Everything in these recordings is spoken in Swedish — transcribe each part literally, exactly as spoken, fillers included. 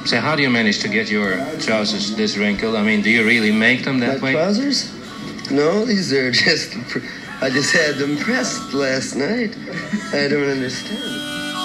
So how do you manage to get your trousers this wrinkled? I mean, do you really make them that My way? trousers? No, these are just... I just had them pressed last night. I don't understand.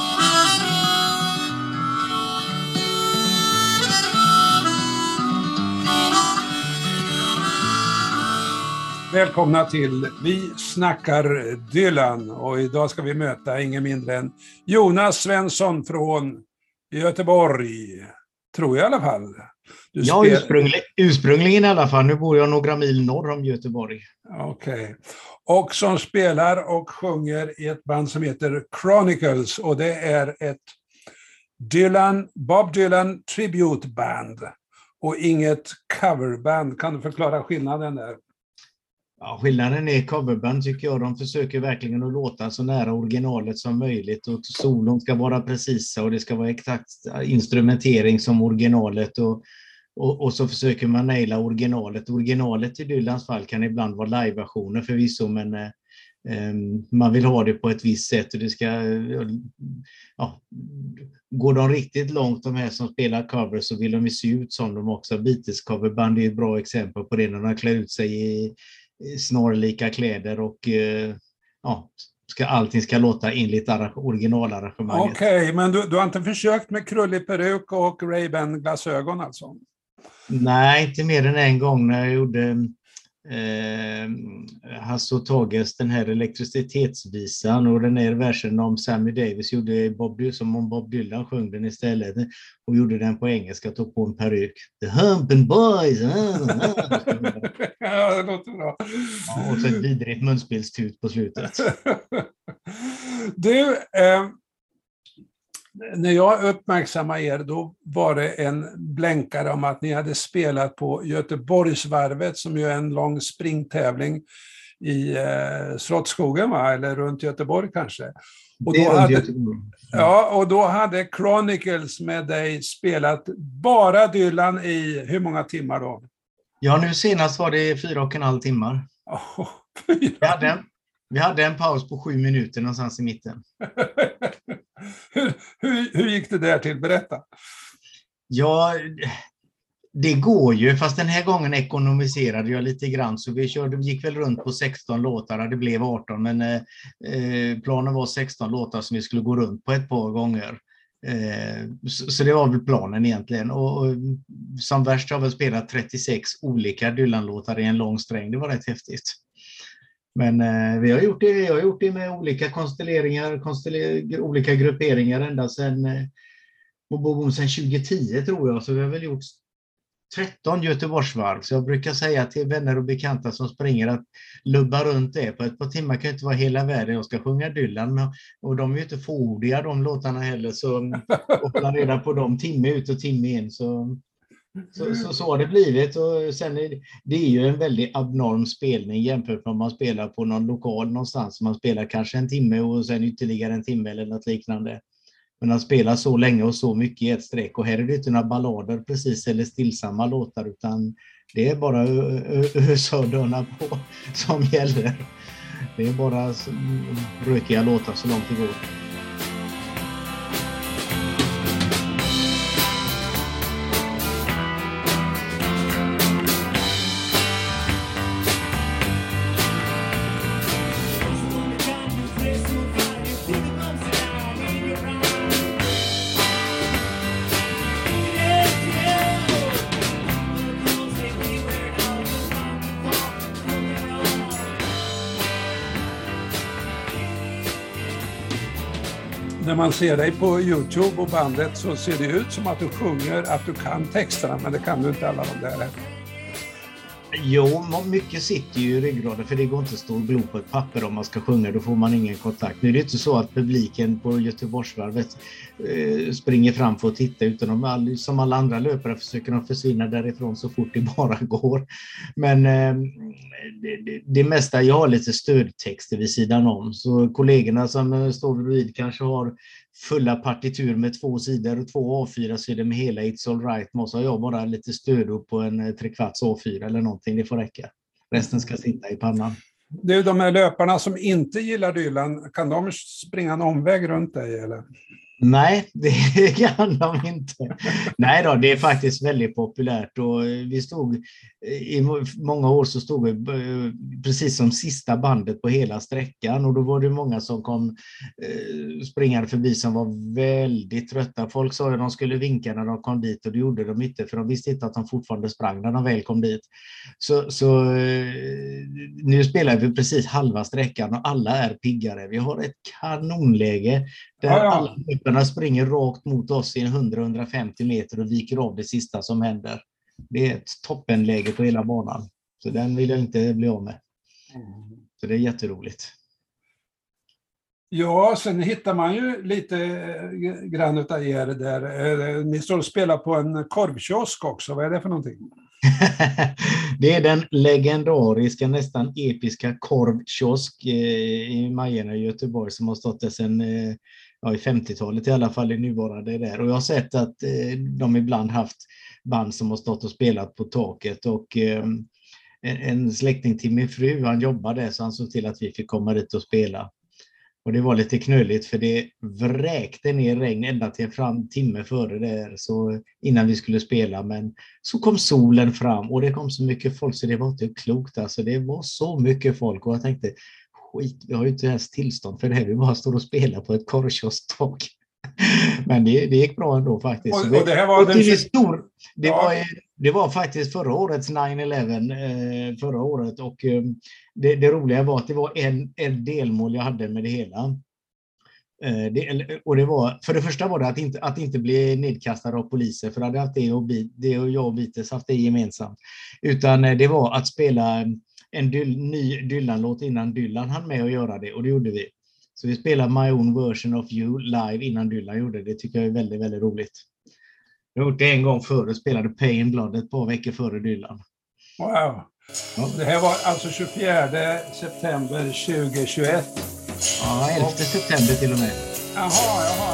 Välkomna till Vi snackar Dylan, och idag ska vi möta ingen mindre än Jonas Svensson från Göteborg, tror jag i alla fall. Du ja, spel... ursprunglig, ursprungligen i alla fall. Nu bor jag några mil norr om Göteborg. Okej. Okay. Och som spelar och sjunger i ett band som heter Chronicles, och det är ett Dylan, Bob Dylan tribute band och inget coverband. Kan du förklara skillnaden där? Ja, skillnaden är coverband tycker jag. De försöker verkligen att låta så nära originalet som möjligt, och solon ska vara precisa och det ska vara exakt instrumentering som originalet, och, och, och så försöker man naila originalet. Originalet i Dylans fall kan ibland vara live-versioner förvisso, men eh, man vill ha det på ett visst sätt, och det ska, ja, går de riktigt långt de här som spelar cover så vill de ju se ut som de också. Beatles coverband är ett bra exempel på det, när de klär ut sig i snarlika kläder och ja, ska, allting ska låta enligt originalarrangemanget. Okej, okay, men du, du har inte försökt med krullig peruk och Ray-Ban glasögon alltså? Nej, inte mer än en gång när jag gjorde eh, Hasse och Tages den här elektricitetsvisan, och den här versen om Sammy Davis gjorde Bob, som om Bob Dylan sjöng den istället, och gjorde den på engelska, tog på en peruk. The Humpin' Boys! Ja, det låter bra. Ja, och så ett vidrigt munspelstut på slutet. Du, eh, när jag uppmärksammade er, då var det en blänkare om att ni hade spelat på Göteborgsvarvet, som ju är en lång springtävling i eh, Slottsskogen, va? Eller runt Göteborg kanske. Och då, hade, ja, och då hade Chronicles med dig spelat bara Dylan i hur många timmar då? Ja, nu senast var det fyra och en halv timmar. Oh, vi, hade en, vi hade en paus på sju minuter någonstans i mitten. hur, hur, hur gick det där till? Berätta. Ja, det går ju, fast den här gången ekonomiserade jag lite grann, så vi körde, vi gick väl runt på sexton låtar, det blev arton, men eh, planen var sexton låtar som vi skulle gå runt på ett par gånger. Eh, så, så det var väl planen egentligen, och, och som värst har vi spelat trettiosex olika Dylan-låtar i en lång sträng. Det var rätt häftigt. Men eh, vi har gjort det, jag har gjort det med olika konstelleringar, konsteller, olika grupperingar ända sedan eh, sedan tjugo tio tror jag, så vi har väl gjort tretton Göteborgsvarv. Så jag brukar säga till vänner och bekanta som springer att lubba runt det på ett par timmar kan inte vara hela världen. Jag ska sjunga Dylan, och de är ju inte fåordiga de låtarna heller, så och hålla reda på dem timme ut och timme in, så så, så, så har det blivit. Och sen är det, det är ju en väldigt abnorm spelning jämfört med om man spelar på någon lokal någonstans. Man spelar kanske en timme och sen ytterligare en timme eller något liknande. Men han spelar så länge och så mycket i ett streck, och här är det inte några ballader precis eller stillsamma låtar, utan det är bara ösördörna på som gäller. Det är bara rökiga låtar så långt det går. När man ser dig på YouTube och bandet så ser det ut som att du sjunger, att du kan texterna, men det kan du inte alla de där. Jo, mycket sitter ju i ryggraden, för det går inte att stå och glo på ett papper om man ska sjunga, då får man ingen kontakt. Nu är det inte så att publiken på Göteborgsvarvet eh, springer fram för att titta, utan de all, som alla andra löpare försöker de försvinna därifrån så fort det bara går. Men eh, det, det, det mesta, jag har lite stödtexter vid sidan om, så kollegorna som står bredvid kanske har fulla partitur med två sidor och två A fyra sidor med hela It's All Right, och så har jag bara lite stöd upp på en trekvarts A fyra eller någonting, det får räcka. Resten ska sitta i pannan. Det är de här löparna som inte gillar Dylan, kan de springa en omväg runt dig eller? Nej, det kan de inte. Nej då, det är faktiskt väldigt populärt och vi stod i många år så stod vi precis som sista bandet på hela sträckan och då var det många som kom springande förbi som var väldigt trötta. Folk sa att de skulle vinka när de kom dit och det gjorde de inte för de visste inte att de fortfarande sprang när de väl kom dit. Så, så nu spelar vi precis halva sträckan och alla är piggare. Vi har ett kanonläge där ja, ja. alla grupperna springer rakt mot oss i hundra till hundrafemtio meter och viker av det sista som händer. Det är ett toppenläge på hela banan. Så den vill jag inte bli av med. Så det är jätteroligt. Ja, sen hittar man ju lite grann utav er där. Ni står och spelar på en korvkiosk också. Vad är det för någonting? Det är den legendariska, nästan episka korvkiosk i Majerna i Göteborg som har stått där sedan ja, i femtiotalet i alla fall i nuvarande där. Och jag har sett att de ibland haft band som har stått och spelat på taket och en släkting till min fru, han jobbade så han såg till att vi fick komma dit och spela. Och det var lite knöligt för det vräkte ner regn ända till fram timme före där så innan vi skulle spela. Men så kom solen fram och det kom så mycket folk så det var inte klokt. Alltså det var så mycket folk och jag tänkte skit, vi har ju inte ens tillstånd för det här. Vi bara står och spelar på ett korvkiosktåg. Men det, det gick bra ändå faktiskt. Och, och det här var, den... stor, det, ja. var det var faktiskt förra årets nine eleven eh, förra året och eh, det, det roliga var att det var en, en delmål jag hade med det hela. Eh, det, och det var, för det första var det att inte, att inte bli nedkastad av poliser för hade haft det och, det och jag och Bites haft det gemensamt. Utan eh, det var att spela en dyl, ny Dylan-låt innan Dylan hann med att göra det och det gjorde vi. Så vi spelade My Own Version of You live innan Dylan gjorde det. Det tycker jag är väldigt, väldigt roligt. Jag gjorde det en gång före, spelade Pain Blood ett par veckor före Dylan. Wow. Ja. Det här var alltså tjugofjärde september tjugohundratjugoett. Ja, elfte september till och med. Jaha, jaha.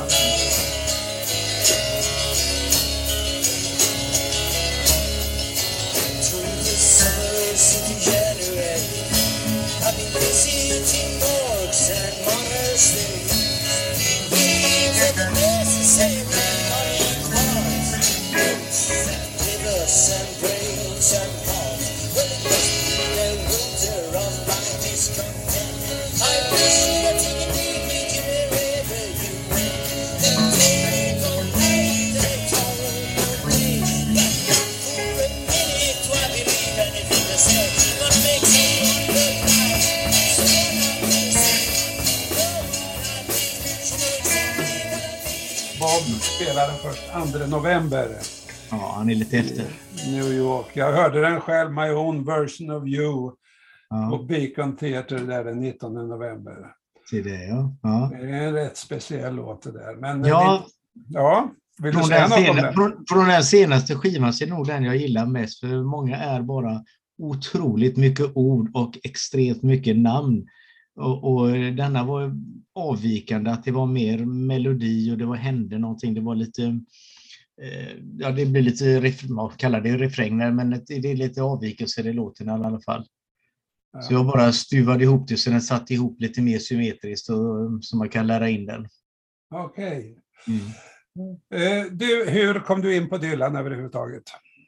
Spelade först andra november. Ja, han är lite efter. New York. Jag hörde den själv, My Own Version of You. Ja. På Beacon Theater där den nittonde november. Till det, ja. Ja. Det är en rätt speciell låt det där. Men ja, det, ja vill du från säga något sena, om det? Från, från den senaste skivan så är nog den jag gillar mest. För många är bara otroligt mycket ord och extremt mycket namn. Och, och denna var avvikande, att det var mer melodi och det var hände någonting, det var lite eh, ja det blir lite, man kallar det refränger men det är lite avvikelse i låten i alla fall. Ja. Så jag bara stuvade ihop det så den satt ihop lite mer symmetriskt och, så man kan lära in den. Okej. Okay. Mm. Eh, du, hur kom du in på Dylan överhuvudtaget?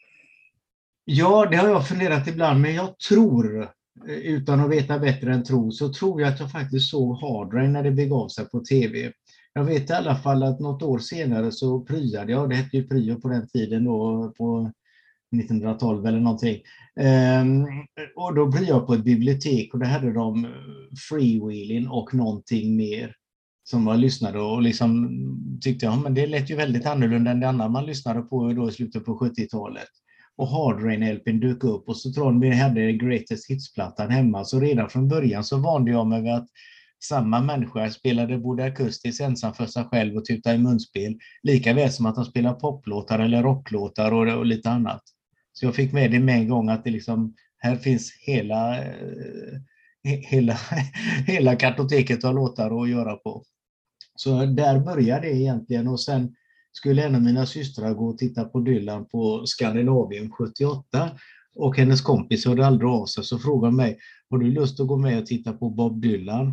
Ja, det har jag funderat ibland men jag tror utan att veta bättre än tro så tror jag att jag faktiskt såg Hard Rain när det begav sig på tv. Jag vet i alla fall att något år senare så pryade jag, det hette ju pryo på den tiden då på nittonhundratolv eller någonting. Ehm, och då pryade jag på ett bibliotek och det hade de Freewheeling och någonting mer som jag lyssnade och liksom tyckte ja, men det lät ju väldigt annorlunda än det andra man lyssnade på då i slutet på sjuttiotalet. Och Hard Rain-L P:n dök upp och så tror jag att vi hade Greatest Hits-plattan hemma. Så redan från början så vande jag mig vid att samma människa spelade både akustiskt ensam för sig själv och tuta i munspel. Lika väl som att de spelar poplåtar eller rocklåtar och, och lite annat. Så jag fick med det med en gång att det liksom, här finns hela, eh, hela, hela kartoteket av låtar att göra på. Så där började det egentligen och sen skulle en av mina systrar gå och titta på Dylan på Skandinavien sjuttioåtta och hennes kompis hörde aldrig av sig så frågade mig, har du lust att gå med och titta på Bob Dylan?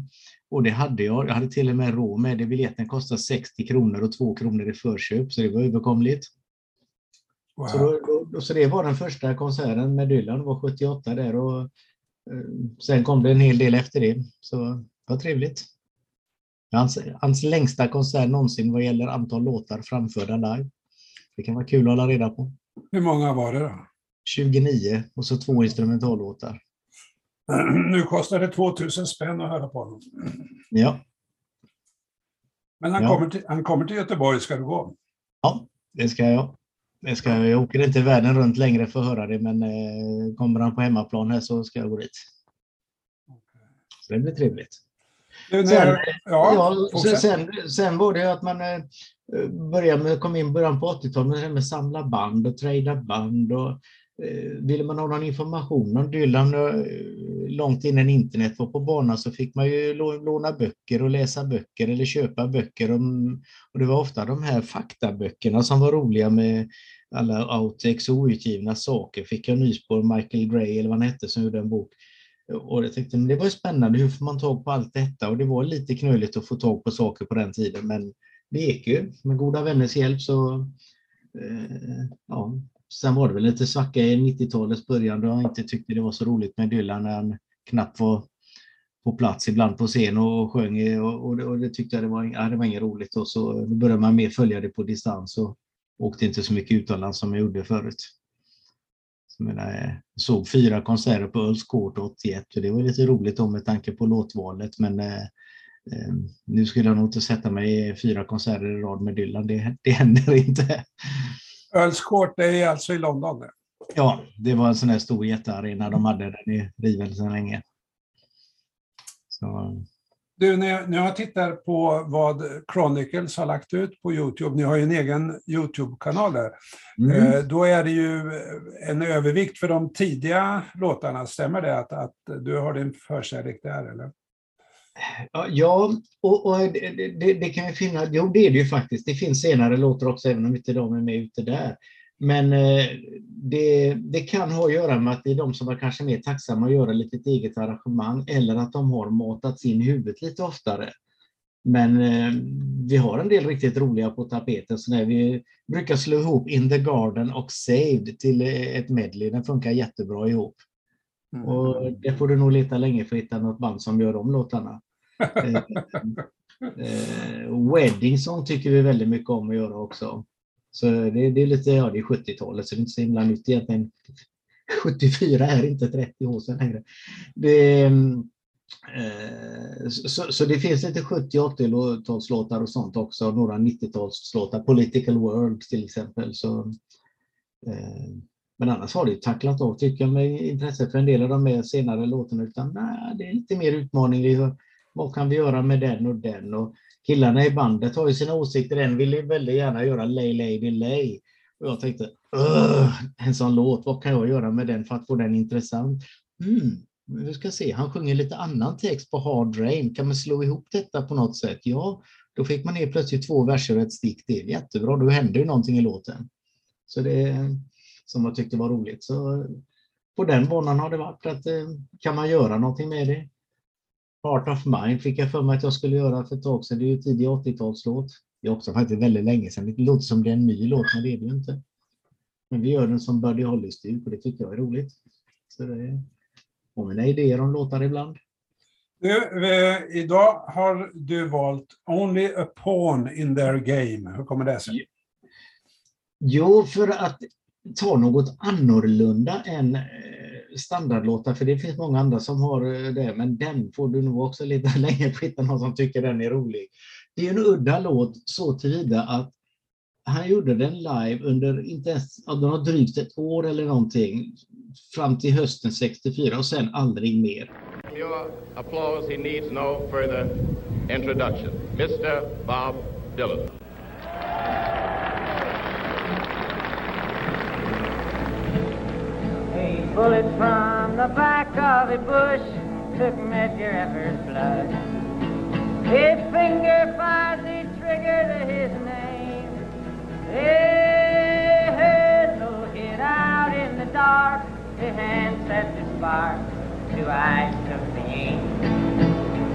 Och det hade jag. Jag hade till och med råd med det. Biljetten kostade sextio kronor och två kronor i förköp. Så det var överkomligt. Wow. Så, då, då, så det var den första konserten med Dylan. Det var sjuttioåtta där. Och eh, sen kom det en hel del efter det. Så det var trevligt. Hans, hans längsta konsert någonsin vad gäller antal låtar framförda live. Det kan vara kul att hålla reda på. Hur många var det då? tjugonio och så två instrumentallåtar. Nu kostar det tvåtusen spänn att höra på honom. Ja. Men han, ja. kommer till, han kommer till Göteborg, ska du gå? Ja, det ska jag. Det ska jag. Jag åker inte världen runt längre för att höra det, men eh, kommer han på hemmaplan här så ska jag gå dit. Okay. Så det blir trevligt. Du, sen, när, ja, ja, sen, sen, sen var det att man eh, började med, kom in början på åttiotalet med, med samla band och trada band och eh, ville man ha någon information om Dylan eh, långt innan internet var på banan så fick man ju låna böcker och läsa böcker eller köpa böcker om, och det var ofta de här faktaböckerna som var roliga med alla outtakes och outgivna saker. Fick jag nys på Michael Gray eller vad han hette som gjorde en bok. Och jag tänkte, men det var spännande, hur får man tag på allt detta? Och det var lite knöligt att få tag på saker på den tiden, men det gick ju. Med goda vänners hjälp så, eh, ja. Sen var det väl lite svacka i nittiotalets början då jag inte tyckte det var så roligt med Dylan när han knappt var på plats ibland på scen och sjöng och, och, och det tyckte jag det var, ja, det var inget roligt. Och så började man mer följa det på distans och åkte inte så mycket utomlands som jag gjorde förut. Jag menar, såg fyra konserter på Earls Court åttioett och det var lite roligt om med tanke på låtvalet, men eh, eh, nu skulle jag nog inte sätta mig i fyra konserter i rad med Dylan, det, det händer inte. Earls Court, det är alltså i London? Det. Ja, det var en sån här stor jättearena de hade den i Rivel sedan länge. Så. Du, när jag, när jag tittar på vad Chronicles har lagt ut på YouTube, ni har ju en egen YouTube-kanal där, mm. eh, då är det ju en övervikt för de tidiga låtarna. Stämmer det att, att du har din förkärlek där, eller? Ja, och, och det, det, det kan ju finnas, jo det är det ju faktiskt. Det finns senare låtar också, även om inte de är med ute där. Men eh, det, det kan ha att göra med att det är de som var kanske mer tacksamma att göra lite eget arrangemang, eller att de har matats in i huvudet lite oftare. Men eh, vi har en del riktigt roliga på tapeten, så när vi brukar slå ihop In the Garden och Saved till ett medley, den funkar jättebra ihop. Mm. Och det får du nog leta länge för att hitta något band som gör de låtarna. eh, eh, Wedding Song tycker vi väldigt mycket om att göra också. Så det, det är lite, ja det är sjuttiotalet så det är inte så himla nytt egentligen. sjuttiofyra är inte trettio år sedan längre. Det, eh, så, så det finns lite sjuttio- och åttiotalslåtar och sånt också. Några nittiotalslåtar, Political World till exempel. Så, eh, men annars har det tacklat av tycker jag med intresse för en del av de mer senare låtarna. Utan nej, det är lite mer utmaning. Vad kan vi göra med den och den? Och killarna i bandet har ju sina åsikter. En vill ju väldigt gärna göra Lay Lady Lay. Och jag tänkte, en sån låt, vad kan jag göra med den för att få den intressant? Mm, vi ska se, han sjunger lite annan text på Hard Rain. Kan man slå ihop detta på något sätt? Ja, då fick man ner plötsligt två verser och ett stick. Det är jättebra, då händer ju någonting i låten. Så det som jag tyckte var roligt. Så på den banan har det varit att kan man göra någonting med det? Part of Mine fick jag för mig att jag skulle göra för ett tag sedan. Det är ju tidig åttiotalslåt. Det är också faktiskt väldigt länge sedan. Det låter som det är en ny låt, men det är det ju inte. Men vi gör den som Buddy Holly-stil, och det tycker jag är roligt. Så det är och mina idéer om låtar ibland. Du, eh, idag har du valt Only a Pawn in Their Game. Hur kommer det sig? Jo, för att ta något annorlunda än standardlåtar, för det finns många andra som har det, men den får du nog också lite länge på hitta någon som tycker den är rolig. Det är en udda låt så tillvida att han gjorde den live under inte ens, ja, den har drygt ett år eller någonting, fram till hösten sextiofyra och sen aldrig mer. Your applause, he needs no further introduction. mister Bob Dylan. Bullets from the back of a bush took Medgar Evers' blood. His finger finds the trigger to his name. They heard no hit out in the dark. The hand set the spark to eyes of the aim.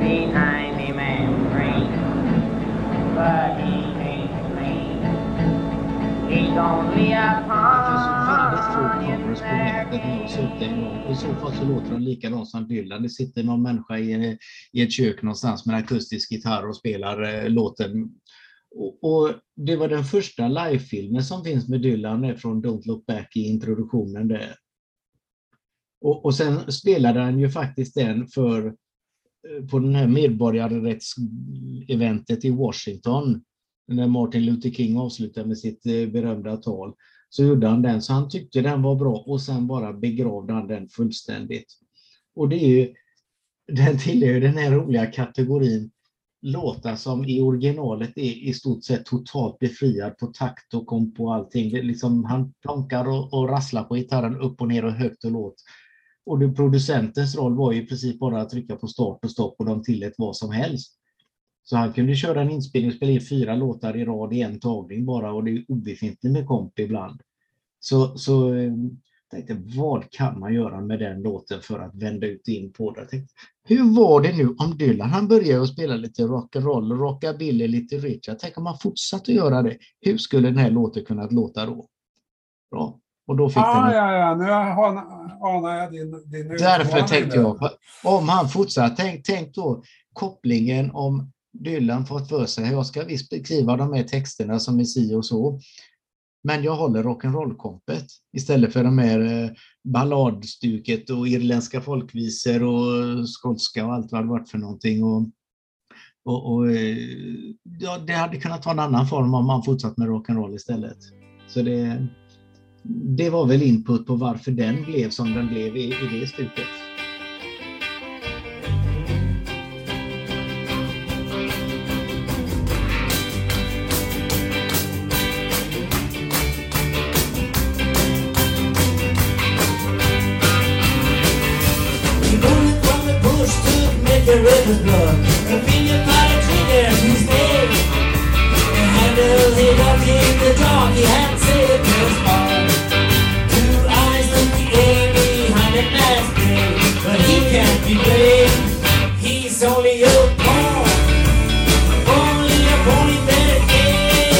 behind him and scream, but he ain't clean. He's only a pawn in their I så fall så låter de likadant som Dylan. Det sitter någon människa i, i ett kök någonstans med en akustisk gitarr och spelar eh, låten. Och, och det var den första livefilmen som finns med Dylan från Don't Look Back i introduktionen där. Och, och sen spelade han ju faktiskt den för på den här medborgarrättseventet i Washington när Martin Luther King avslutade med sitt berömda tal, så gjorde han den, så han tyckte den var bra och sen bara begravde han den fullständigt. Och det är ju, den tillhör ju den här roliga kategorin låtar som i originalet är i stort sett totalt befriad på takt och kom på allting. Det liksom, han plonkar och, och rasslar på gitarren upp och ner och högt och låt. Och det, producentens roll var ju i princip bara att trycka på start och stopp och de tillät vad som helst. Så han kunde köra en inspelning och spela in fyra låtar i rad i en tagning bara, och det är obefintligt med komp ibland. Så, så jag tänkte, vad kan man göra med den låten för att vända ut in på det? Jag tänkte, hur var det nu om Dylan? Han började att spela lite rock'n'roll och rockabilly, lite Richard. Tänk om han fortsatte att göra det. Hur skulle den här låten kunna låta då? Bra. Och då fick ah, den... ja, ja, nu anar jag din, din Därför tänkte jag, om han fortsatte, tänk, tänk då kopplingen om Dylan fått för sig, jag ska visst skriva de här texterna som är si och så, men jag håller rock'n'roll-kompet istället för de här eh, balladstuket och irländska folkvisor och skotska och allt vad det varit för någonting. Och, och, och ja, det hade kunnat vara en annan form om man fortsatt med rock'n'roll istället. Så det, det var väl input på varför den blev som den blev i, i det stuket. The river's blood, the finger by the trigger, he's dead. The handle he got in the dark, he hadn't said it was hard. Two eyes look the air behind the mask, but he can't be blamed. He's only a pawn, only a pawn in their game.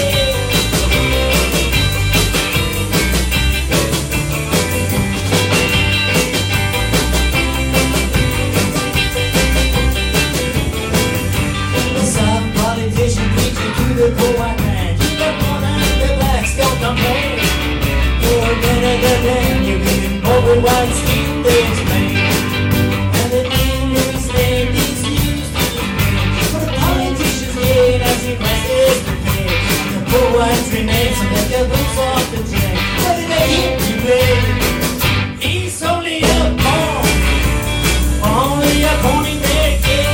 The poor white man, you got more than the blacks don't complain. You're better than you can over white skin, they explain. And the name of his name is used to be paid. For the politicians hate as he presses the pay. And the poor whites remain so that their boots off the train. What did they hit you with? He's only a pawn, only a pawn in their game.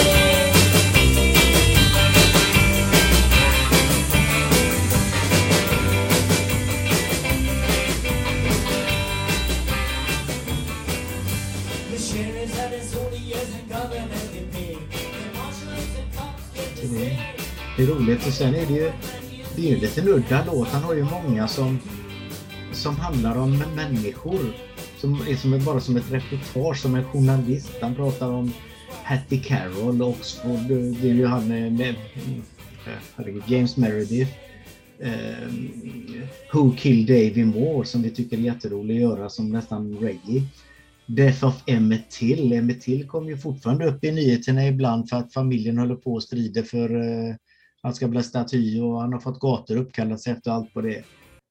Det är roligt, och sen är det ju, det är ju lite nudda låt. Han har ju många som, som handlar om människor som är som, bara som ett reportage, som en journalist. Han pratar om Hattie Carroll, Oxford, det är ju han med, James Meredith, uh, Who Killed Davy Moore, som vi tycker är jätteroligt att göra, som nästan reggae. Death of Emmett Till. Emmett Till kom ju fortfarande upp i nyheterna ibland för att familjen håller på och strider för uh, han ska bli staty, och han har fått gator uppkallas efter allt på det.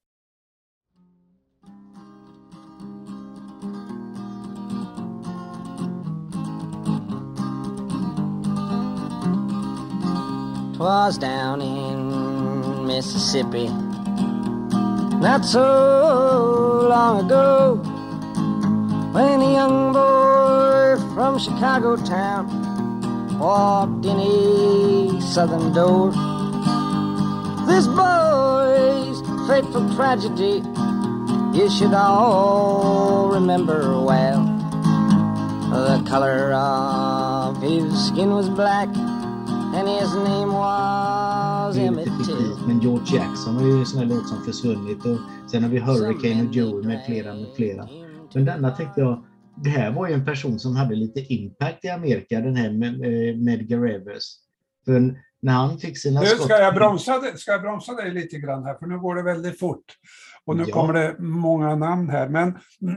Twas down in Mississippi not so long ago, when a young boy from Chicago town walked in a southern door. This boy's fateful tragedy you should all remember well. The color of his skin was black and his name was Emmett Till. Men George Jackson har ju en sån här låt som försvunnit, och sen har vi Hurricane och Joe med flera med flera. Men denna tänkte jag, det här var ju en person som hade lite impact i Amerika, den här Medgar Evers. För när han fick sina Nu skott... ska jag, bromsa dig, ska jag bromsa dig lite grann här, för nu går det väldigt fort. Och nu Ja. kommer det många namn här, men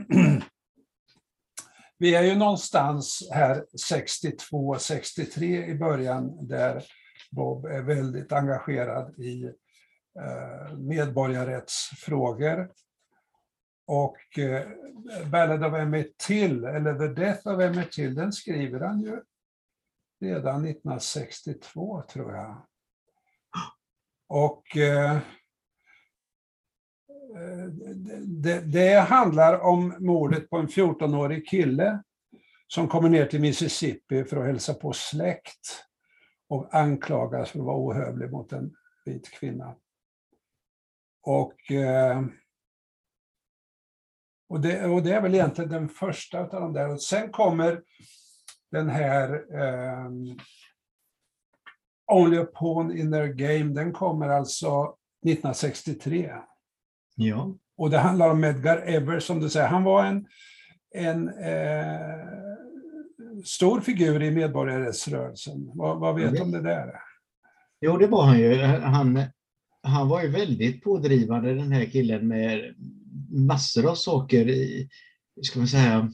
vi är ju någonstans här sextiotvå sextiotre i början, där Bob är väldigt engagerad i eh, medborgarrättsfrågor. Och eh, Ballad of Emmett Till, eller The Death of Emmett Till, den skriver han ju redan nittonhundrasextiotvå, tror jag. Och eh, det, det handlar om mordet på en fjortonårig kille som kommer ner till Mississippi för att hälsa på släkt och anklagas för att vara ohövlig mot en vit kvinna. Och, eh, och, det, och det är väl egentligen den första av de där. Och sen kommer den här eh, Only a Pawn in their game, den kommer alltså nittonhundrasextiotre. Ja. Och det handlar om Medgar Evers, som du säger. Han var en, en eh, stor figur i medborgarrättsrörelsen. Vad, vad vet du om det där? Jo, det var han ju. Han, han var ju väldigt pådrivande, den här killen, med massor av saker i, ska man säga,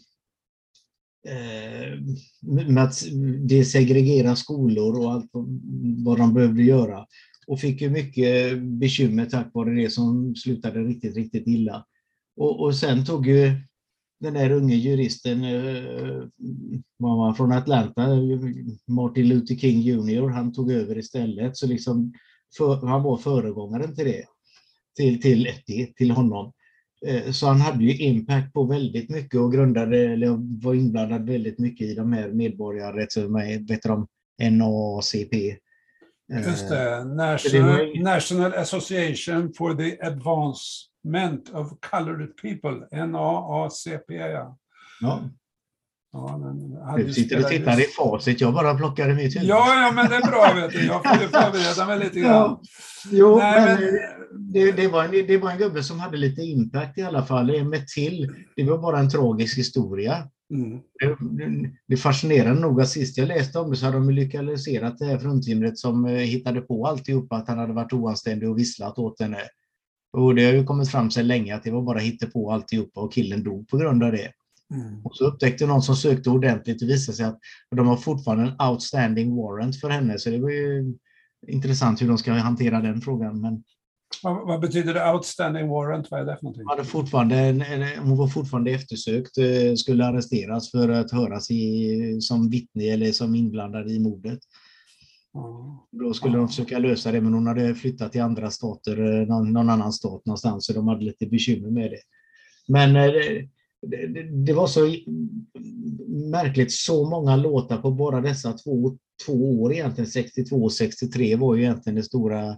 eh, med att desegregera skolor och allt vad de behövde göra. Och fick ju mycket bekymmer tack vare det, som slutade riktigt, riktigt illa. Och, och sen tog ju den där unge juristen eh, var från Atlanta, Martin Luther King junior, han tog över istället. Så liksom för, han var föregångaren till det, till, till, till, till honom. Eh, så han hade ju impact på väldigt mycket och grundade, eller var inblandad väldigt mycket i de här medborgarrättsrörelserna, vet de, N A A C P. Just det, National, National Association for the Advancement of Colored People, N A A C P, ja. Ja. Ja, men du sitter och tittar i facit, jag bara plockade mitt huvud. Ja, ja, men det är bra, vet du. Jag får ju förbereda mig lite grann. Ja. Jo, Nej, men, men... Det, det, var en, det var en gubbe som hade lite impact i alla fall. Emmett Till, det var bara en tragisk historia. Mm. Det, det fascinerande nog att sist jag läste om det så hade de lokaliserat det här fruntimret som eh, hittade på alltihopa, att han hade varit oanständig och visslat åt henne. Och det har ju kommit fram sig länge att det var bara hitta på alltihopa och killen dog på grund av det. Mm. Och så upptäckte någon som sökte ordentligt och visade sig att de har fortfarande en outstanding warrant för henne, så det var ju intressant hur de ska hantera den frågan. Men Vad, vad betyder det, outstanding warrant? Vad är det för någonting? Hade fortfarande, hon var fortfarande eftersökt, skulle arresteras för att höras i, som vittne eller som inblandad i mordet. Mm. Då skulle mm. de försöka lösa det, men hon hade flyttat till andra stater, någon, någon annan stat någonstans, så de hade lite bekymmer med det. Men det, det, det var så märkligt, så många låtar på bara dessa två, två år egentligen, sextiotvå och sextiotre var ju egentligen det stora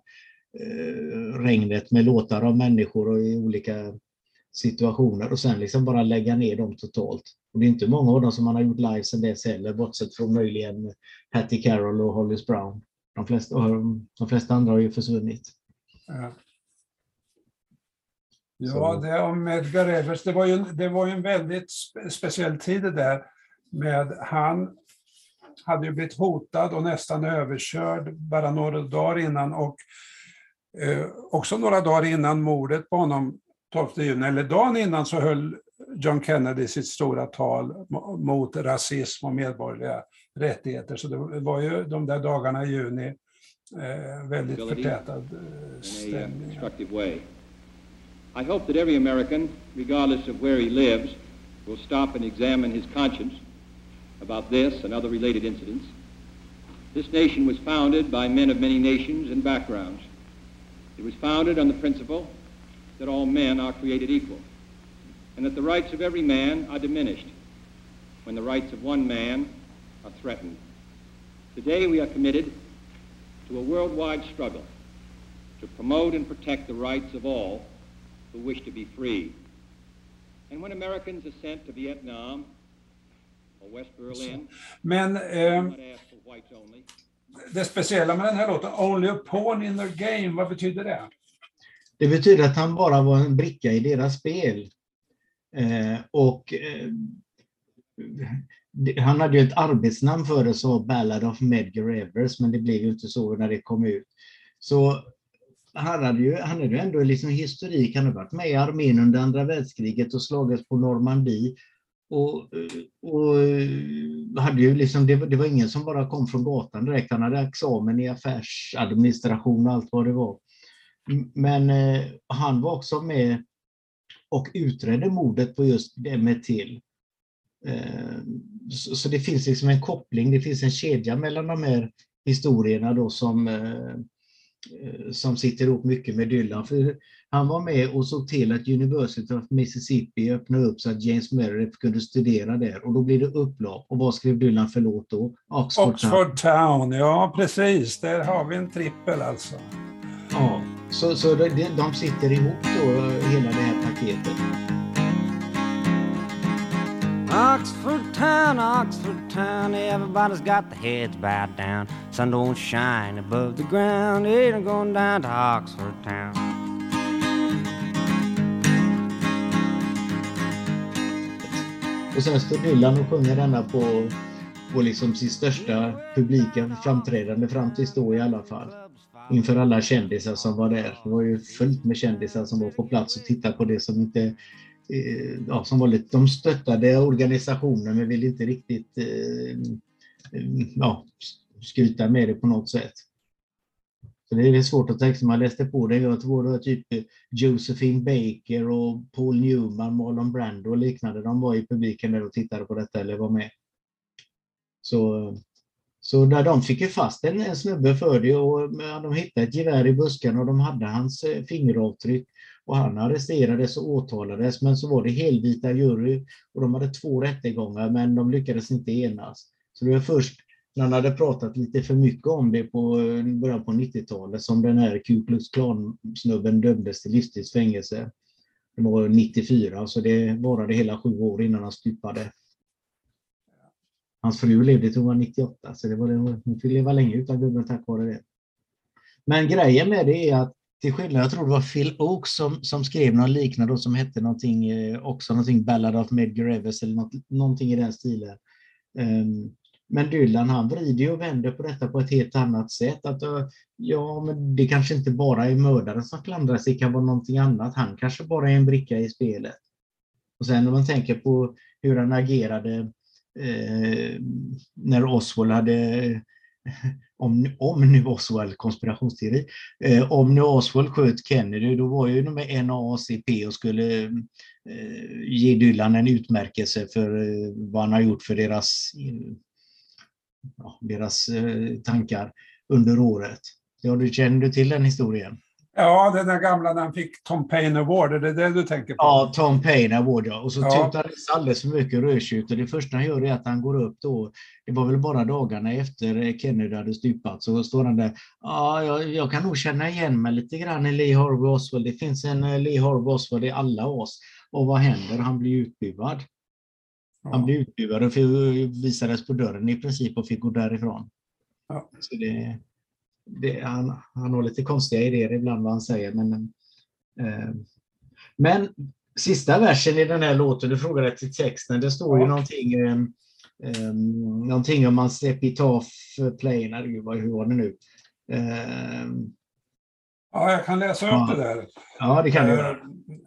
regnet med låtar av människor och i olika situationer, och sen liksom bara lägga ner dem totalt. Och det är inte många av dem som man har gjort live sedan dess heller, bortsett från möjligen Hattie Carroll och Hollis Brown. De flesta, de flesta andra har ju försvunnit. Ja, ja det om Medgar Evers, det var ju, det var ju en väldigt speciell tid det där med, han hade ju blivit hotad och nästan överkörd bara några dagar innan, och Eh, också några dagar innan mordet på honom, tolfte juni, eller dagen innan, så höll John Kennedy sitt stora tal mot rasism och medborgerliga rättigheter. Så det var ju de där dagarna i juni eh, väldigt förtätad eh, stämning. I hope that every American, regardless of where he lives, will stop and examine his conscience about this and other related incidents. This nation was founded by men of many nations and backgrounds. It was founded on the principle that all men are created equal, and that the rights of every man are diminished when the rights of one man are threatened. Today we are committed to a worldwide struggle to promote and protect the rights of all who wish to be free. And when Americans are sent to Vietnam or West Berlin, Men eh, det speciella med den här låten, Only a Pawn in their game, vad betyder det? Det betyder att han bara var en bricka i deras spel. Eh, och eh, han hade ju ett arbetsnamn för det, så Ballad of Medgar Evers, men det blev ju inte så när det kom ut. Så han hade ju, han hade ju ändå liksom historik. Han hade varit med i armén under andra världskriget och slagits på Normandie. Och, och hade ju liksom, det, det var ingen som bara kom från gatan direkt. Han hade examen i affärsadministration och allt vad det var. Men eh, han var också med och utredde mordet på just Emmett Till. Eh, så, så det finns liksom en koppling, det finns en kedja mellan de här historierna då som, eh, som sitter ihop mycket med Dylan. För han var med och såg till att University of Mississippi öppnade upp så att James Meredith kunde studera där. Och då blev det upplopp. Och vad skrev Dylan för låt då? Oxford, Oxford Town. Town, ja precis. Där har vi en trippel alltså. Ja, så, så de, de sitter ihop då, hela det här paketet. Oxford Town, Oxford Town, everybody's got their heads bowed down. Sun don't shine above the ground, ain't going down to Oxford Town. Och sen står Dylan och sjunger denna på, på liksom sin största publika framträdande fram tills då i alla fall. Inför alla kändisar som var där. Det var ju fullt med kändisar som var på plats och tittade på det som inte... Ja, som var lite, de stöttade organisationen men ville inte riktigt eh, ja, skryta med det på något sätt. Så det är svårt att tänka. Man läste på det. Jag tror det var typ Josephine Baker och Paul Newman, Marlon Brando och liknande. De var i publiken där och tittade på detta eller var med. Så, så där de fick ju fast en, en snubbe för det och de hittade ett gevär i busken och de hade hans fingeravtryck. Och han arresterades och åtalades, men så var det helvita jury och de hade två rättegångar men de lyckades inte enas. Så det var först när han hade pratat lite för mycket om det på början på nittiotalet som den här Ku Klux Klan-snubben dömdes till livstidsfängelse. Det var nittiofyra, så det varade hela sju år innan han stupade. Hans fru levde till hon var nittioåtta, så det var det, hon fick leva länge utan gubben tack vare det. Men grejen med det är att till skillnad, jag tror det var Phil Oakes som, som skrev något liknande som hette någonting, också någonting Ballad of Medgar Evers eller något, någonting i den stilen. Um, men Dylan han vrider och vänder på detta på ett helt annat sätt. Att, uh, ja, men det kanske inte bara är mördaren som klandras, det kan vara någonting annat. Han kanske bara är en bricka i spelet. Och sen när man tänker på hur han agerade eh, när Oswald hade... Om, om nu Oswald, konspirationsteori, eh, om nu Oswald sköt Kennedy, då var ju med N A A C P och skulle eh, ge Dylan en utmärkelse för eh, vad han har gjort för deras, eh, ja, deras eh, tankar under året. Ja, du känner du till den historien? Ja, den där gamla när han fick Tom Paine Award, är det det du tänker på? Ja, Tom Paine Award, ja. Och så ja. tutade det alldeles för mycket rödtjut och det första han gör är att han går upp då, det var väl bara dagarna efter Kennedy hade stupat, så står han där, ja, jag, jag kan nog känna igen mig lite grann i Lee Harvey Oswald, det finns en Lee Harvey Oswald i alla oss. Och vad händer? Han blir utbuad. Ja. Han blir utbuad och visades på dörren i princip och fick gå därifrån. Ja. Så det... Det, han, han har lite konstiga idéer ibland vad han säger. Men, eh, men sista versen i den här låten, du frågade till texten, det står ju någonting, eh, eh, någonting om hans epitaph plain. Hur var det nu? Eh, ja, jag kan läsa upp ja. det där. Ja, det kan du göra. Uh,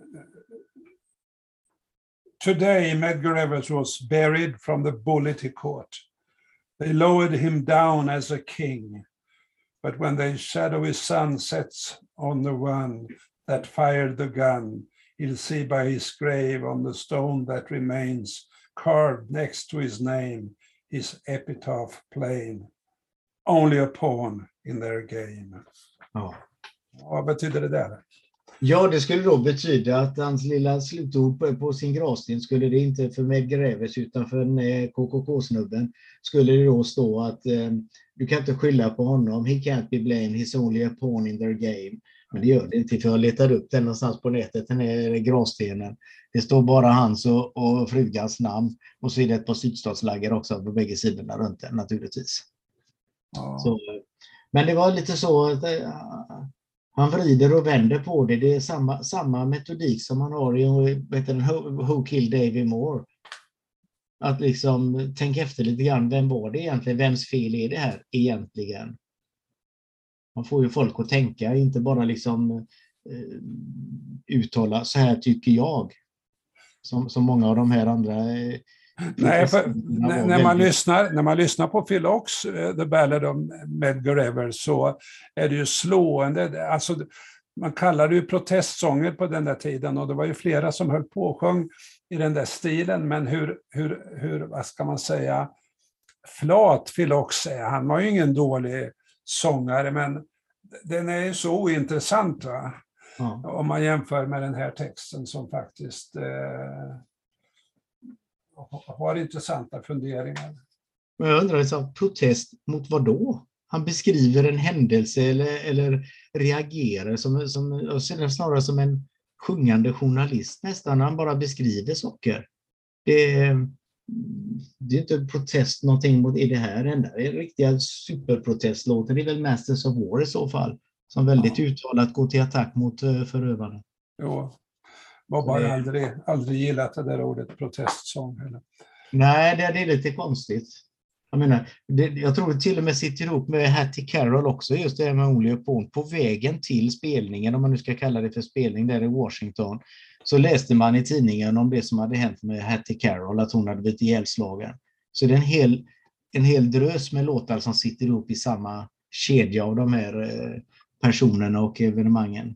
Today Medgar Evers was buried from the bullet he caught. They lowered him down as a king. But when the shadowy sun sets on the one that fired the gun, he'll see by his grave on the stone that remains, carved next to his name, his epitaph plain. Only a pawn in their game. Ja. Vad betyder det där? Ja, det skulle då betyda att hans lilla slutord på, på sin gravsten skulle det inte för Medgar Evers utan för en K K K-snubben skulle det då stå att eh, du kan inte skylla på honom. He can't be blamed, he's only a pawn in their game. Men det gör det inte, för jag letade upp den någonstans på nätet, den är gravstenen. Det står bara hans och, och frugans namn och så är det ett par sydstatsläger också på bägge sidorna runt den naturligtvis. Ja. Så, men det var lite så att äh, han vrider och vänder på det. Det är samma, samma metodik som man har i vet du, Who, Who Killed Davey Moore. Att liksom tänka efter lite grann, vem var det egentligen? Vems fel är det här egentligen? Man får ju folk att tänka, inte bara liksom eh, uttala så här tycker jag. Som, som många av de här andra... Eh, Nej, för, när, när, man lyssnar, när man lyssnar på Phil Ochs uh, The Ballad of Medgar Evers så är det ju slående. Alltså, man kallar det ju protestsånger på den där tiden och det var ju flera som höll på och sjöng i den där stilen. Men hur, hur, hur vad ska man säga, flat Phil Ochs är. Han var ju ingen dålig sångare, men den är ju så ointressant, va? Ja. Om man jämför med den här texten som faktiskt eh, har intressanta funderingar. Men jag undrar, liksom, protest mot vad då? Han beskriver en händelse eller, eller reagerar som, som, snarare som en sjungande journalist nästan. Han bara beskriver saker. Det, det är inte protest någonting mot i det här enda. Det är riktiga superprotestlåter. Det är väl Masters of War i så fall. Som väldigt ja. uttalat går till attack mot förövarna. Jo, var bara aldrig, aldrig gillat det där ordet protestsång. Eller? Nej, det, det är lite konstigt. Jag menar, det, jag tror det till och med sitter ihop med Hattie Carroll också, just det här med Only Upon. På vägen till spelningen, om man nu ska kalla det för spelning där i Washington, så läste man i tidningen om det som hade hänt med Hattie Carroll, att hon hade blivit ihjälslagen. Så det är en hel, en hel drös med låtar som sitter ihop i samma kedja av de här personerna och evenemangen.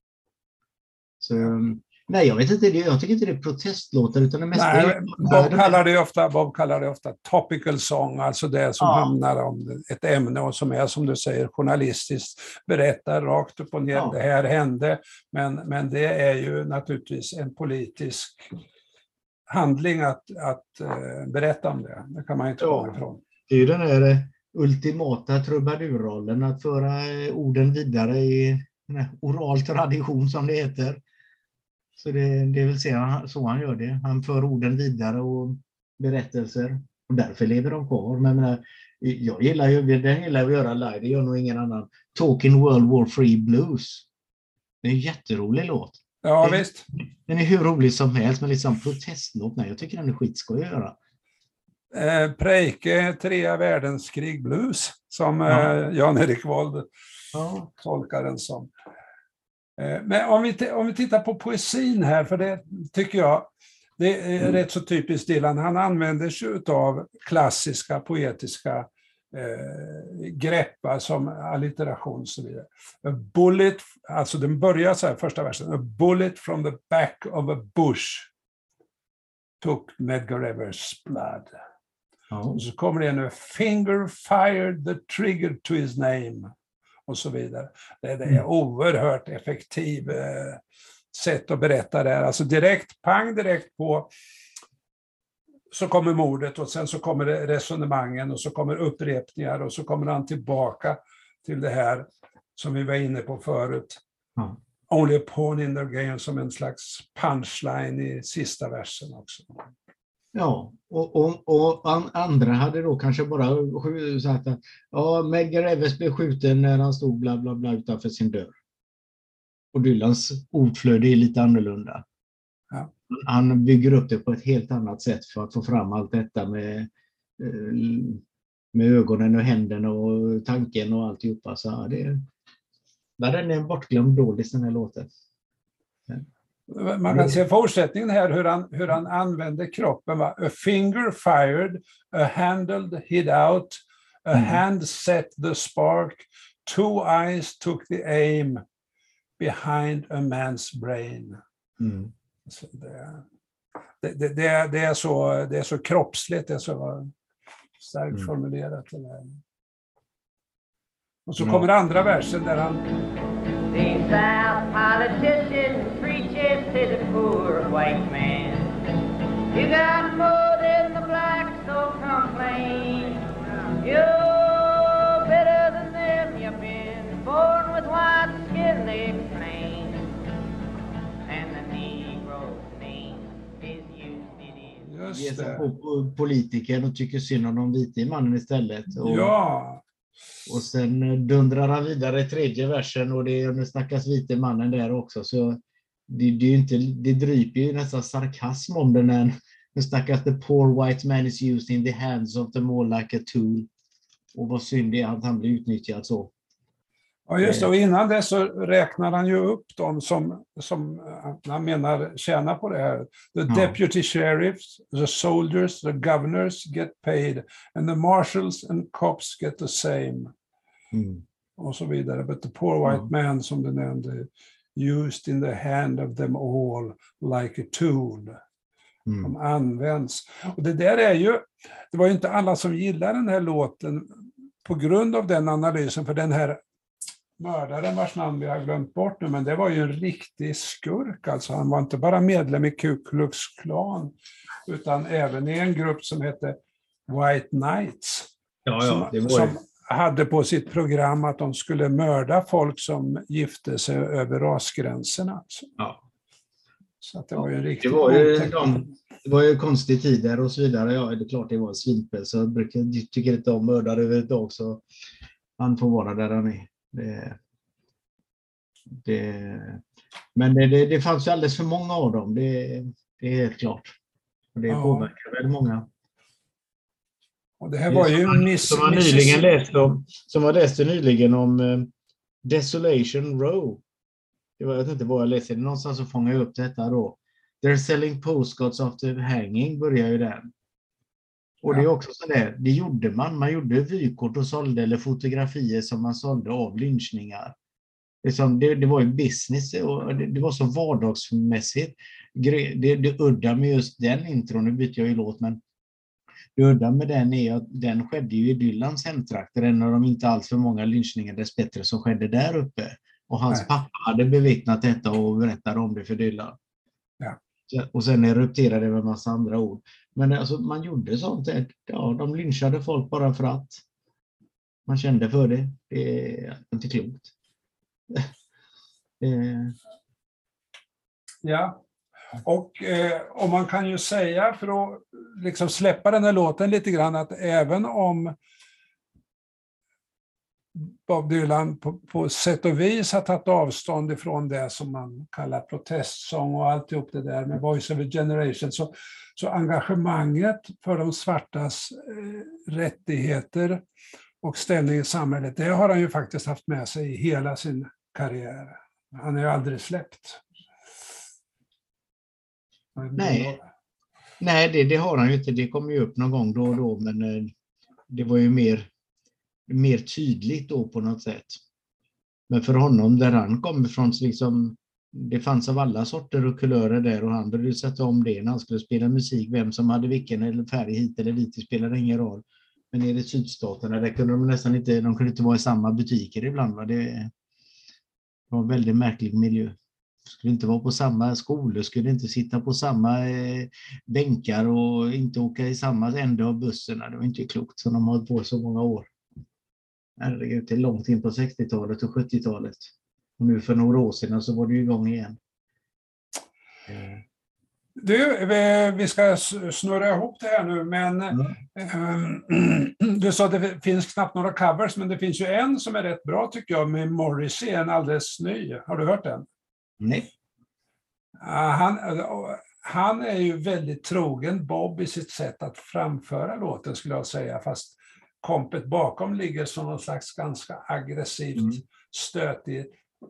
Så... Nej, jag vet inte, jag tycker inte det är protestlåtar utan det mesta Nej, är... Bob kallar det ofta, Bob kallar det ofta topical song, alltså det som ja. handlar om ett ämne och som är, som du säger, journalistiskt, berättar rakt upp och ner, ja. det här hände, men, men det är ju naturligtvis en politisk handling att, att uh, berätta om det. Det kan man inte komma ja. ifrån. Det är ju den här ultimata trubadurrollen, att föra orden vidare i oral tradition som det heter. Så det, det vill säga så han gör det. Han för orden vidare och berättelser. Och därför lever de kvar. Men jag, menar, jag gillar ju den gillar att göra live. Det gör nog ingen annan. Talking World War Three Blues. Det är en jätterolig låt. Ja, den, visst. Den är hur rolig som helst. Men liksom protestlåt. Nej, jag tycker den är skitskoj att göra. Eh, Preike, Trea världskrig blues. Som ja. eh, Jan-Erik Wold ja. tolkar den som. Men om vi, om vi tittar på poesin här, för det tycker jag, det är mm. rätt så typiskt Dylan. Han använder sig av klassiska poetiska eh, grepp som allitteration och så vidare. A bullet, alltså den börjar så här, första versen. A bullet from the back of a bush took Medgar Evers blood. Mm. Och så kommer det nu, finger fired the trigger to his name. Och så vidare. Det, det är mm. oerhört effektivt eh, sätt att berätta det här. Alltså direkt, pang direkt på så kommer mordet och sen så kommer det resonemangen och så kommer upprepningar och så kommer han tillbaka till det här som vi var inne på förut. Mm. Only a pawn in the game som en slags punchline i sista versen också. Ja, och, och, och andra hade då kanske bara sagt att ja, Medgar Evers blev skjuten när han stod bla bla bla utanför sin dörr. Och Dylans ordflöde är lite annorlunda. Ja. Han bygger upp det på ett helt annat sätt för att få fram allt detta med, med ögonen och händerna och tanken och alltihopa. Så ja, det, den är en bortglömd dålig den här låten. Ja. Man kan se fortsättningen här hur han, hur han använder kroppen. Va? A finger fired, a handle hid out, a mm. hand set the spark, two eyes took the aim behind a man's brain. Mm. Så det, det, det, det, är, det, är så, det är så kroppsligt, det är så starkt mm. formulerat. Och så kommer andra versen där han... The South politician preaches to the poor white man. You got more than the blacks, so complain. You're better than them, you've been born with white skin, they explain. And the Negro's name is used it in. Just det. På politiken och tycker synd om de vita mannen istället. Och... Ja. Och sen dundrar han vidare i tredje versen och det, det snackas vite mannen där också. Så det, det, är inte, det dryper ju nästan sarkasm om det när, Den stackars the poor white man is used in the hands of them all like a tool. Och vad synd det är att han blir utnyttjad så. Ja, just det. Och innan det så räknar han ju upp dem som, som han menar tjänar på det här. The Ja. deputy sheriffs, the soldiers, the governors get paid and the marshals and cops get the same. Mm. Och så vidare. But the poor white Ja. man, som du nämnde, used in the hand of them all like a tool. Mm. De används. Och det där är ju, det var ju inte alla som gillar den här låten på grund av den analysen, för den här mördaren vars namn vi har glömt bort nu, men det var ju en riktig skurk. Alltså han var inte bara medlem i Ku Klux Klan utan även i en grupp som hette White Knights. Ja, som, ja, det var som ju... hade på sitt program att de skulle mörda folk som gifte sig över rasgränserna. Alltså. Ja. Så att det var ju en riktigt Det var ju, otäck- de, det var ju konstig tid där och så vidare. Ja, det är klart det var en svinpe, så jag brukar, jag tycker inte om mördare överhuvudtaget, så han får vara där han är. Det, det, men det, det, det fanns ju alldeles för många av dem, det, det är helt klart. Och det Ja. påverkar väldigt många. Och det här var ju miss, Som man nyligen läste om, som jag läste nyligen om eh, Desolation Row. Det var, jag vet inte vad jag läste, det någonstans så fångar jag upp detta då. They're selling postcards after hanging, börjar ju där. Och det är också så där, det gjorde man. Man gjorde vykort och sålde, eller fotografier som man sålde av lynchningar. Det, som, det, det var ju business och det, det var så vardagsmässigt. Det, det, det udda med just den intron, nu byter jag ju låt, men det udda med den är att den skedde ju i Dylans hemtrakter, en av de inte alls för många lynchningar dessbättre som skedde där uppe. Och hans Nej. pappa hade bevittnat detta och berättade om det för Dylan. Ja. Och sen erupterade det med en massa andra ord. Men alltså, man gjorde sånt. Ja, de lynchade folk bara för att man kände för det. Det är inte klokt. det... Ja, och eh, och man kan ju säga, för att liksom släppa den här låten lite grann, att även om Bob Dylan på, på sätt och vis har tagit avstånd ifrån det som man kallar protestsång och alltihop det där med Voice of a Generation, så, så engagemanget för de svartas eh, rättigheter och ställning i samhället, det har han ju faktiskt haft med sig i hela sin karriär. Han har ju aldrig släppt. Nej, Nej det, det har han ju inte. Det kommer ju upp någon gång då och då, men eh, det var ju mer mer tydligt då på något sätt. Men för honom, där han kom ifrån, så liksom, det fanns av alla sorter och kulörer där, och han började sätta om det när han skulle spela musik. Vem som hade vilken eller färg hit eller dit, det spelade ingen roll. Men nere i sydstaterna, där kunde de nästan inte, de kunde inte vara i samma butiker ibland. Va? Det var en väldigt märklig miljö. Skulle inte vara på samma skolor, skulle inte sitta på samma eh, bänkar och inte åka i samma ände av bussarna. Det var inte klokt, som de har hållit på så många år. Herregud, det är långt in på sextiotalet och sjuttiotalet. Och nu för några år sedan så var det ju igång igen. Du, vi, vi ska snurra ihop det här nu, men mm. eh, du sa att det finns knappt några covers, men det finns ju en som är rätt bra tycker jag, med Morrissey, en alldeles ny. Har du hört den? Nej. Uh, han, han är ju väldigt trogen Bob i sitt sätt att framföra låten, skulle jag säga, fast kompet bakom ligger som någon slags ganska aggressivt mm. stötig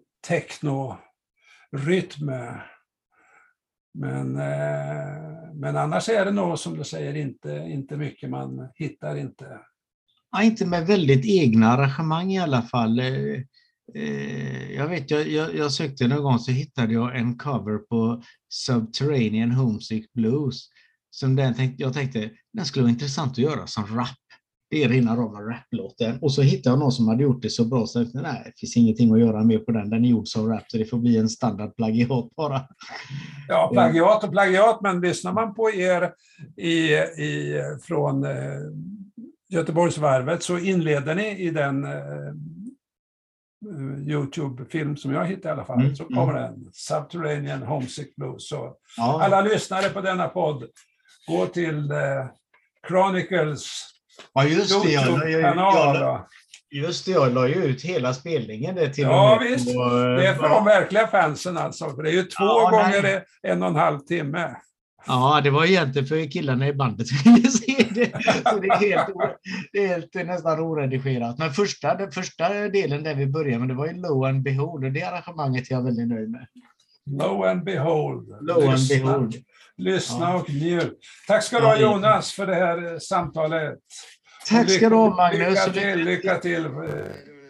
techno-rytm. Men, eh, men annars är det nog, som du säger, inte, inte mycket, man hittar inte. Ja, inte med väldigt egna arrangemang i alla fall. Eh, eh, jag vet, jag, jag, jag sökte någon gång, så hittade jag en cover på Subterranean Homesick Blues. Som den tänkte, jag tänkte, den skulle vara intressant att göra som rap. Det erinrar om en raplåten. Och så hittade jag någon som hade gjort det så bra, så jag tänkte, nej, det finns ingenting att göra med på den. Den är gjord som rap, så det får bli en standard plagiat bara. Ja, plagiat och plagiat, men lyssnar man på er i, i, från eh, Göteborgsvarvet, så inleder ni i den eh, YouTube-film som jag hittade i alla fall, mm. så kommer den, Subterranean Homesick Blues. Så ja. Alla lyssnare på denna podd, gå till eh, Chronicles. Ja, just det. Jag, jag, jag, just det, jag la ju ut hela spelningen. Det till ja, och med visst. På, det är för ja. de verkliga fansen alltså. För det är ju två ja, gånger nej. en och en halv timme. Ja, det var egentligen för killarna i bandet som ville se det. Så det är helt, det är helt nästan oredigerat. Men första, den första delen där vi började med, det var ju Lo and Behold. Och det arrangemanget är jag väldigt nöjd med. Lo and behold. Lo and Lyssna, behold. lyssna Ja. och njut. Tack ska du ha, Jonas, för det här samtalet. Tack ska du ha, Magnus. Lycka till, lycka till.